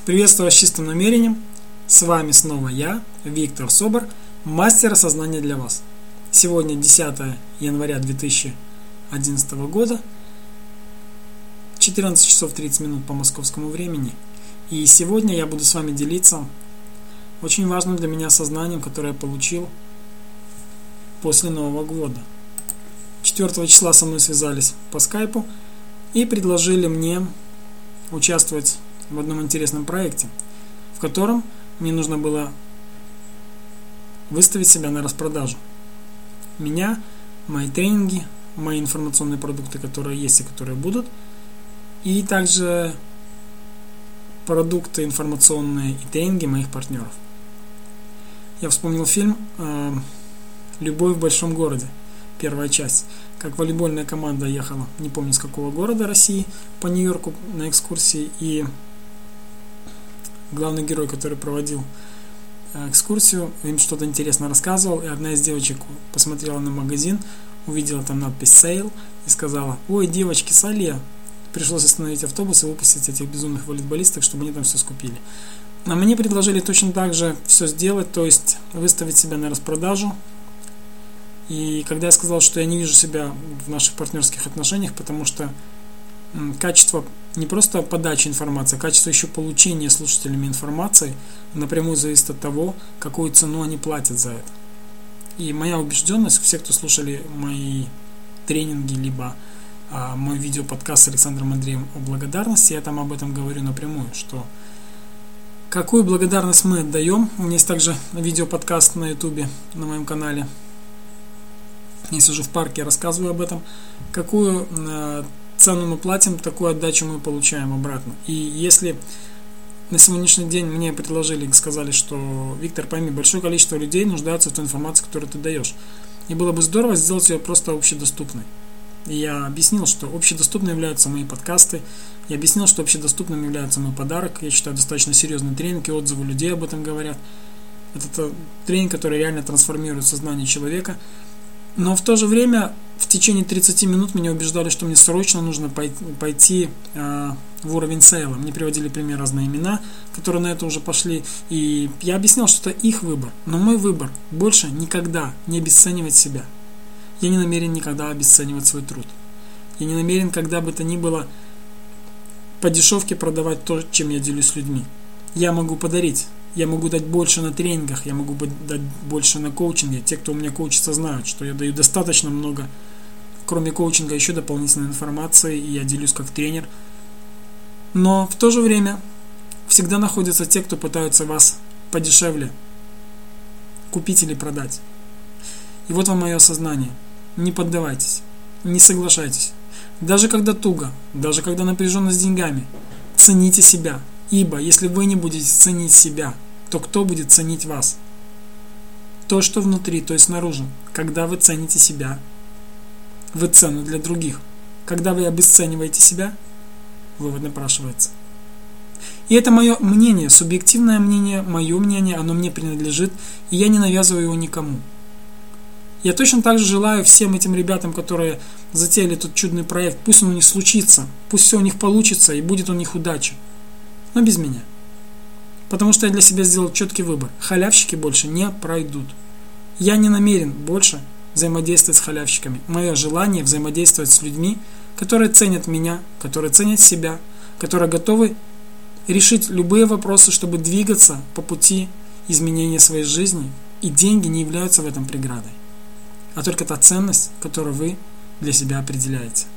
Приветствую вас с чистым намерением. С вами снова я, Виктор Собор, мастер осознания для вас. Сегодня 10 января 2011 года, 14 часов 30 минут по московскому времени. И сегодня я буду с вами делиться очень важным для меня осознанием, которое я получил после Нового года. 4 числа со мной связались по скайпу и предложили мне участвовать в одном интересном проекте, в котором мне нужно было выставить себя на распродажу. Меня, мои тренинги, мои информационные продукты, которые есть и которые будут, и также продукты информационные и тренинги моих партнеров. Я вспомнил фильм «Любовь в большом городе», первая часть. Как волейбольная команда ехала, не помню с какого города России, по Нью-Йорку на экскурсии, и главный герой, который проводил экскурсию, им что-то интересно рассказывал, и одна из девочек посмотрела на магазин, увидела там надпись «Сейл» и сказала: «Ой, девочки, соле!» Пришлось остановить автобус и выпустить этих безумных волейболисток, чтобы они там все скупили. А мне предложили точно так же все сделать, то есть выставить себя на распродажу. И когда я сказал, что я не вижу себя в наших партнерских отношениях, потому что качество не просто подачи информации, а качество еще получения слушателями информации напрямую зависит от того, какую цену они платят за это. И моя убежденность, все, кто слушали мои тренинги, либо мой видеоподкаст с Александром Андреем о благодарности, я там об этом говорю напрямую, что какую благодарность мы отдаем. У меня есть также видеоподкаст на ютубе, на моем канале. Я сижу в парке, рассказываю об этом. Какую цену мы платим, такую отдачу мы получаем обратно. И если на сегодняшний день мне предложили, сказали, что Виктор, пойми, большое количество людей нуждаются в той информации, которую ты даешь. И было бы здорово сделать ее просто общедоступной. И я объяснил, что общедоступны являются мои подкасты. Я объяснил, что общедоступным является мой подарок. Я считаю, достаточно серьезный тренинг, и отзывы людей об этом говорят. Это тренинг, который реально трансформирует сознание человека. Но в то же время в течение 30 минут меня убеждали, что мне срочно нужно пойти в уровень сейла. Мне приводили пример разные имена, которые на это уже пошли. И я объяснял, что это их выбор. Но мой выбор больше никогда не обесценивать себя. Я не намерен никогда обесценивать свой труд. Я не намерен, когда бы то ни было, по дешевке продавать то, чем я делюсь с людьми. Я могу подарить. Я могу дать больше на тренингах, я могу дать больше на коучинге. Те, кто у меня коучится, знают, что я даю достаточно много, кроме коучинга, еще дополнительной информации, и я делюсь как тренер. Но в то же время всегда находятся те, кто пытаются вас подешевле купить или продать. И вот вам мое осознание. Не поддавайтесь, не соглашайтесь. Даже когда туго, даже когда напряженно с деньгами, цените себя. Ибо если вы не будете ценить себя, то кто будет ценить вас? То, что внутри, то есть снаружи. Когда вы цените себя, вы ценны для других. Когда вы обесцениваете себя, вывод напрашивается. И это мое мнение, субъективное мнение, мое мнение, оно мне принадлежит, и я не навязываю его никому. Я точно так же желаю всем этим ребятам, которые затеяли этот чудный проект, пусть он у них случится, пусть все у них получится и будет у них удача. Но без меня. Потому что я для себя сделал четкий выбор. Халявщики больше не пройдут. Я не намерен больше взаимодействовать с халявщиками. Мое желание взаимодействовать с людьми, которые ценят меня, которые ценят себя, которые готовы решить любые вопросы, чтобы двигаться по пути изменения своей жизни. И деньги не являются в этом преградой. А только та ценность, которую вы для себя определяете.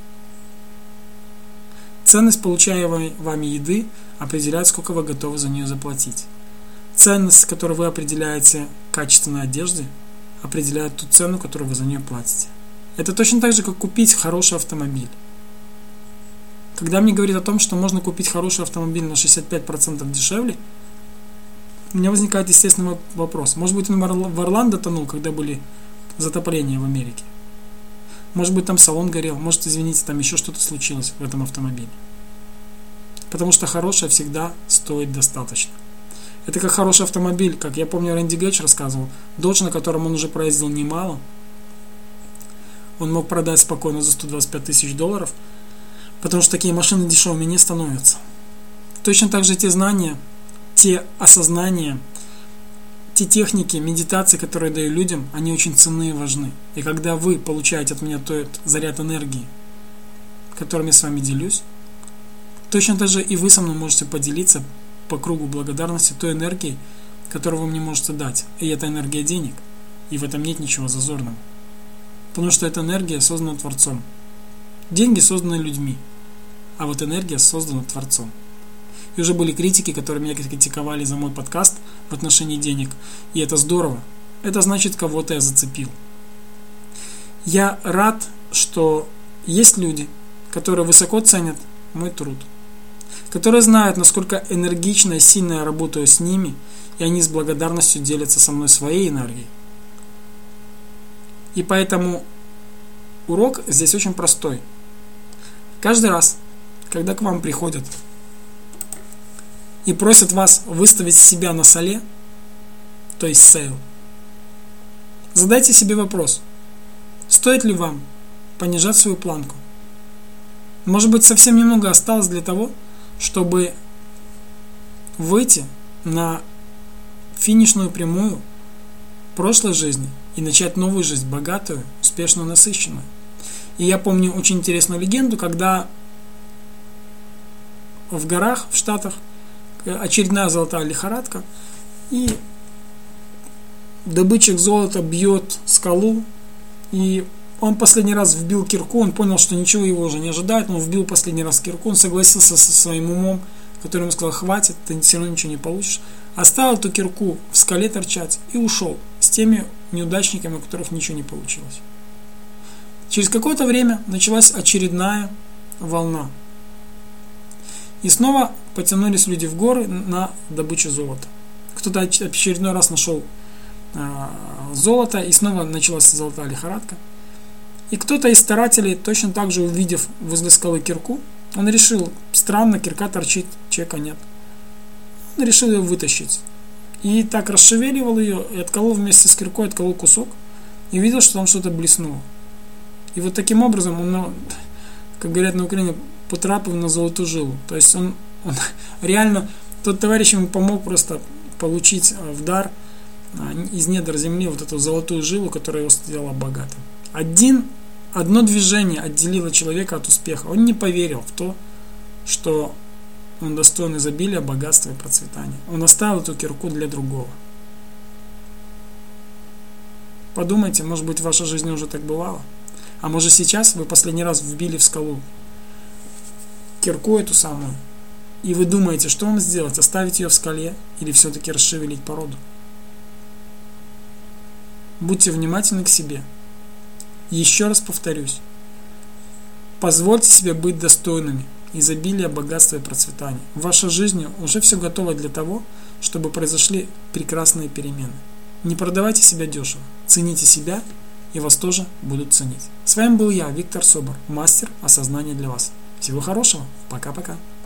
Ценность получаемой вами еды определяет, сколько вы готовы за нее заплатить. Ценность, которую вы определяете качественной одежде, определяет ту цену, которую вы за нее платите. Это точно так же, как купить хороший автомобиль. Когда мне говорят о том, что можно купить хороший автомобиль на 65% дешевле, у меня возникает естественный вопрос. Может быть, он в Орландо тонул, когда были затопления в Америке? Может быть, там салон горел, может, извините, там еще что-то случилось в этом автомобиле. Потому что хорошее всегда стоит достаточно. Это как хороший автомобиль, как я помню, Рэнди Гетч рассказывал, Dodge, на котором он уже проездил немало, он мог продать спокойно за $125 тысяч, потому что такие машины дешевыми не становятся. Точно так же те знания, те осознания, те техники медитации, которые я даю людям, они очень ценны и важны. И когда вы получаете от меня тот заряд энергии, которым я с вами делюсь, точно так же и вы со мной можете поделиться по кругу благодарности той энергией, которую вы мне можете дать. И это энергия денег. И в этом нет ничего зазорного. Потому что эта энергия создана Творцом. Деньги созданы людьми, а вот энергия создана Творцом. И уже были критики, которые меня критиковали за мой подкаст в отношении денег. И это здорово. Это значит, кого-то я зацепил. Я рад, что есть люди, которые высоко ценят мой труд, которые знают, насколько энергично и сильно я работаю с ними, и они с благодарностью делятся со мной своей энергией. И поэтому урок здесь очень простой. Каждый раз, когда к вам приходят и просят вас выставить себя на соле, то есть сейл, задайте себе вопрос, стоит ли вам понижать свою планку. Может быть, совсем немного осталось для того, чтобы выйти на финишную прямую прошлой жизни и начать новую жизнь, богатую, успешную, насыщенную. И я помню очень интересную легенду, когда в горах, в Штатах, очередная золотая лихорадка, и добытчик золота бьет скалу, и он последний раз вбил кирку, он понял, что ничего его уже не ожидает, он вбил последний раз кирку, он согласился со своим умом, который ему сказал: хватит, ты все равно ничего не получишь. Оставил эту кирку в скале торчать и ушел с теми неудачниками, у которых ничего не получилось. Через какое-то время началась очередная волна. И снова потянулись люди в горы на добычу золота. Кто-то очередной раз нашел золото, и снова началась золотая лихорадка. И кто-то из старателей, точно так же увидев возле скалы кирку, он решил: странно, кирка торчит, чека нет. Он решил ее вытащить. И так расшевеливал ее, и отколол вместе с киркой, отколол кусок, и увидел, что там что-то блеснуло. И вот таким образом он, как говорят на Украине, потрапил на золотую жилу. То есть он реально, тот товарищ ему помог просто получить в дар из недр земли вот эту золотую жилу, которая его сделала богатым. Одно движение отделило человека от успеха. Он не поверил в то, что он достоин изобилия, богатства и процветания. Он оставил эту кирку для другого. Подумайте, может быть, в вашей жизни уже так бывало. А может, сейчас вы последний раз вбили в скалу кирку эту самую, и вы думаете, что вам сделать? Оставить ее в скале или все-таки расшевелить породу? Будьте внимательны к себе. Еще раз повторюсь. Позвольте себе быть достойными изобилия, богатства и процветания. В вашей жизни уже все готово для того, чтобы произошли прекрасные перемены. Не продавайте себя дешево. Цените себя, и вас тоже будут ценить. С вами был я, Виктор Собор, мастер осознания для вас. Всего хорошего. Пока-пока.